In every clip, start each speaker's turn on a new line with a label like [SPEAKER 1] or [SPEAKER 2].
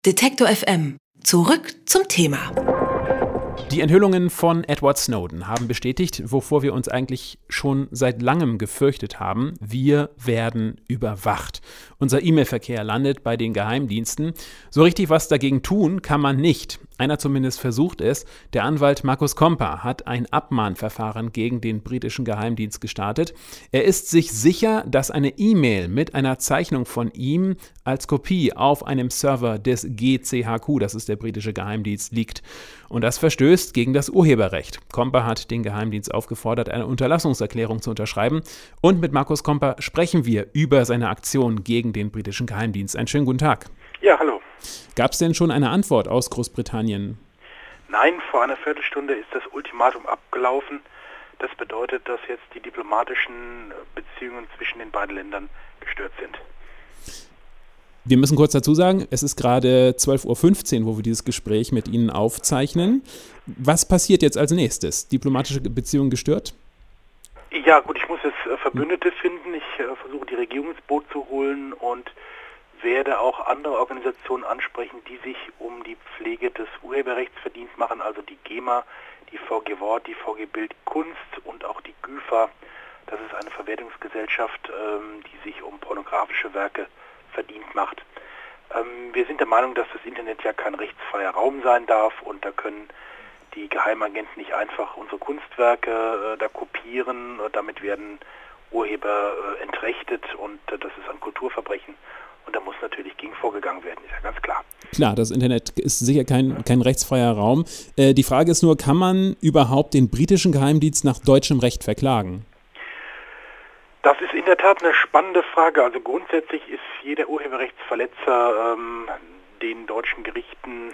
[SPEAKER 1] Detektor FM. Zurück zum Thema.
[SPEAKER 2] Die Enthüllungen von Edward Snowden haben bestätigt, wovor wir uns eigentlich schon seit langem gefürchtet haben. Wir werden überwacht. Unser E-Mail-Verkehr landet bei den Geheimdiensten. So richtig was dagegen tun kann man nicht. Einer zumindest versucht es. Der Anwalt Markus Kompa hat ein Abmahnverfahren gegen den britischen Geheimdienst gestartet. Er ist sich sicher, dass eine E-Mail mit einer Zeichnung von ihm als Kopie auf einem Server des GCHQ, das ist der britische Geheimdienst, liegt. Und das verstößt gegen das Urheberrecht. Kompa hat den Geheimdienst aufgefordert, eine Unterlassungserklärung zu unterschreiben. Und mit Markus Kompa sprechen wir über seine Aktion gegen den britischen Geheimdienst. Einen schönen guten Tag.
[SPEAKER 3] Ja, hallo.
[SPEAKER 2] Gab es denn schon eine Antwort aus Großbritannien?
[SPEAKER 3] Nein, vor einer Viertelstunde ist das Ultimatum abgelaufen. Das bedeutet, dass jetzt die diplomatischen Beziehungen zwischen den beiden Ländern gestört sind.
[SPEAKER 2] Wir müssen kurz dazu sagen, es ist gerade 12:15 Uhr, wo wir dieses Gespräch mit Ihnen aufzeichnen. Was passiert jetzt als nächstes? Diplomatische Beziehungen gestört?
[SPEAKER 3] Ja gut, ich muss jetzt Verbündete finden. Ich versuche die Regierung ins Boot zu holen und werde auch andere Organisationen ansprechen, die sich um die Pflege des Urheberrechts verdient machen, also die GEMA, die VG Wort, die VG Bild Kunst und auch die GÜFA. Das ist eine Verwertungsgesellschaft, die sich um pornografische Werke verdient macht. Wir sind der Meinung, dass das Internet ja kein rechtsfreier Raum sein darf und da können die Geheimagenten nicht einfach unsere Kunstwerke da kopieren. Damit werden Urheber entrechtet und das ist ein Kulturverbrechen. Und da muss natürlich gegen vorgegangen werden, ist ja ganz klar.
[SPEAKER 2] Klar, das Internet ist sicher kein rechtsfreier Raum. Die Frage ist nur, kann man überhaupt den britischen Geheimdienst nach deutschem Recht verklagen?
[SPEAKER 3] Das ist in der Tat eine spannende Frage. Also grundsätzlich ist jeder Urheberrechtsverletzer den deutschen Gerichten,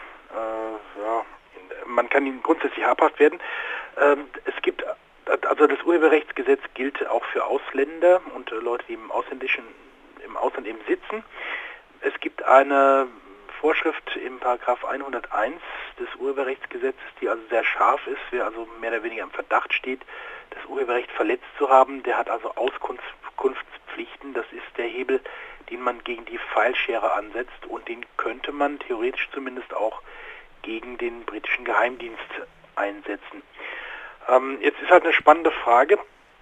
[SPEAKER 3] man kann ihnen grundsätzlich habhaft werden. Also das Urheberrechtsgesetz gilt auch für Ausländer und Leute, die im Ausland eben sitzen. Es gibt eine Vorschrift im Paragraph 101 des Urheberrechtsgesetzes, die also sehr scharf ist. Wer also mehr oder weniger im Verdacht steht, das Urheberrecht verletzt zu haben, der hat also Auskunftspflichten. Das ist der Hebel, den man gegen die Fileschere ansetzt und den könnte man theoretisch zumindest auch gegen den britischen Geheimdienst einsetzen. Jetzt ist halt eine spannende Frage,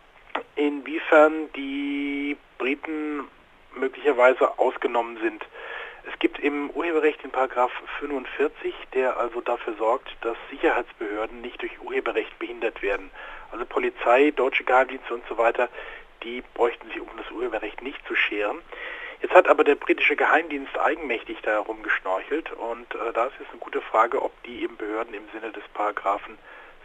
[SPEAKER 3] inwiefern die Briten möglicherweise ausgenommen sind. Es gibt im Urheberrecht den Paragraph 45, der also dafür sorgt, dass Sicherheitsbehörden nicht durch Urheberrecht behindert werden. Also Polizei, deutsche Geheimdienste und so weiter, die bräuchten sich um das Urheberrecht nicht zu scheren. Jetzt hat aber der britische Geheimdienst eigenmächtig da herumgeschnorchelt und da ist jetzt eine gute Frage, ob die eben Behörden im Sinne des Paragraphen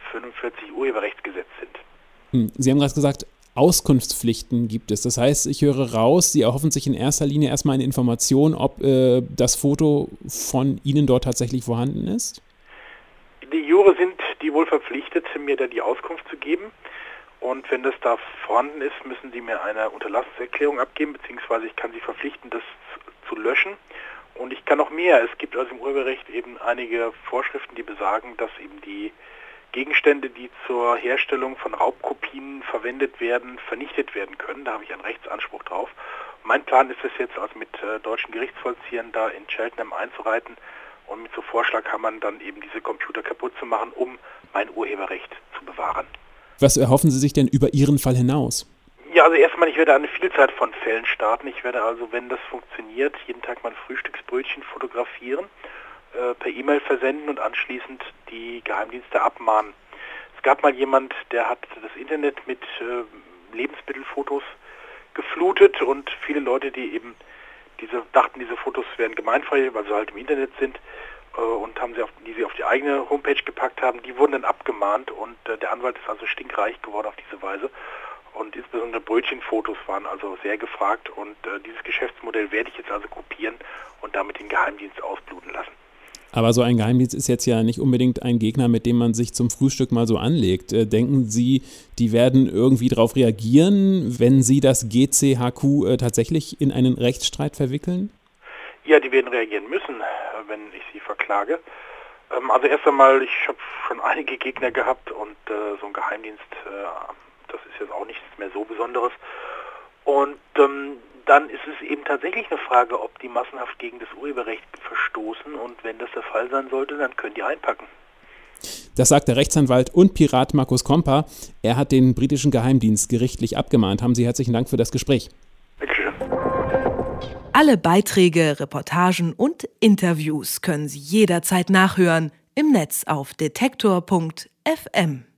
[SPEAKER 3] 45 Urheberrechtsgesetz sind.
[SPEAKER 2] Sie haben gerade gesagt, Auskunftspflichten gibt es. Das heißt, ich höre raus, Sie erhoffen sich in erster Linie erstmal eine Information, ob das Foto von Ihnen dort tatsächlich vorhanden ist?
[SPEAKER 3] Die Jure sind die wohl verpflichtet, mir da die Auskunft zu geben. Und wenn das da vorhanden ist, müssen Sie mir eine Unterlassungserklärung abgeben, beziehungsweise ich kann Sie verpflichten, das zu löschen. Und ich kann noch mehr. Es gibt also im Urheberrecht eben einige Vorschriften, die besagen, dass eben die Gegenstände, die zur Herstellung von Raubkopien verwendet werden, vernichtet werden können. Da habe ich einen Rechtsanspruch drauf. Und mein Plan ist es jetzt, also mit deutschen Gerichtsvollziehern da in Cheltenham einzureiten und mit so Vorschlaghammern dann eben diese Computer kaputt zu machen, um mein Urheberrecht zu bewahren.
[SPEAKER 2] Was erhoffen Sie sich denn über Ihren Fall hinaus?
[SPEAKER 3] Ja, also erstmal, ich werde eine Vielzahl von Fällen starten. Ich werde also, wenn das funktioniert, jeden Tag mein Frühstücksbrötchen fotografieren, per E-Mail versenden und anschließend die Geheimdienste abmahnen. Es gab mal jemand, der hat das Internet mit Lebensmittelfotos geflutet und viele Leute, die eben dachten, diese Fotos wären gemeinfrei, weil sie halt im Internet sind und die sie auf die eigene Homepage gepackt haben, die wurden dann abgemahnt und der Anwalt ist also stinkreich geworden auf diese Weise. Und insbesondere Brötchenfotos waren also sehr gefragt und dieses Geschäftsmodell werde ich jetzt also kopieren und damit den Geheimdienst ausbluten lassen.
[SPEAKER 2] Aber so ein Geheimdienst ist jetzt ja nicht unbedingt ein Gegner, mit dem man sich zum Frühstück mal so anlegt. Denken Sie, die werden irgendwie darauf reagieren, wenn Sie das GCHQ tatsächlich in einen Rechtsstreit verwickeln?
[SPEAKER 3] Ja, die werden reagieren müssen, wenn ich sie verklage. Also erst einmal, ich habe schon einige Gegner gehabt und so ein Geheimdienst, das ist jetzt auch nichts mehr so Besonderes. Und dann ist es eben tatsächlich eine Frage, ob die massenhaft gegen das Urheberrecht verstoßen, und wenn das der Fall sein sollte, dann können die einpacken.
[SPEAKER 2] Das sagt der Rechtsanwalt und Pirat Markus Kompa. Er hat den britischen Geheimdienst gerichtlich abgemahnt. Haben Sie herzlichen Dank für das Gespräch.
[SPEAKER 3] Bitteschön.
[SPEAKER 1] Alle Beiträge, Reportagen und Interviews können Sie jederzeit nachhören im Netz auf detektor.fm.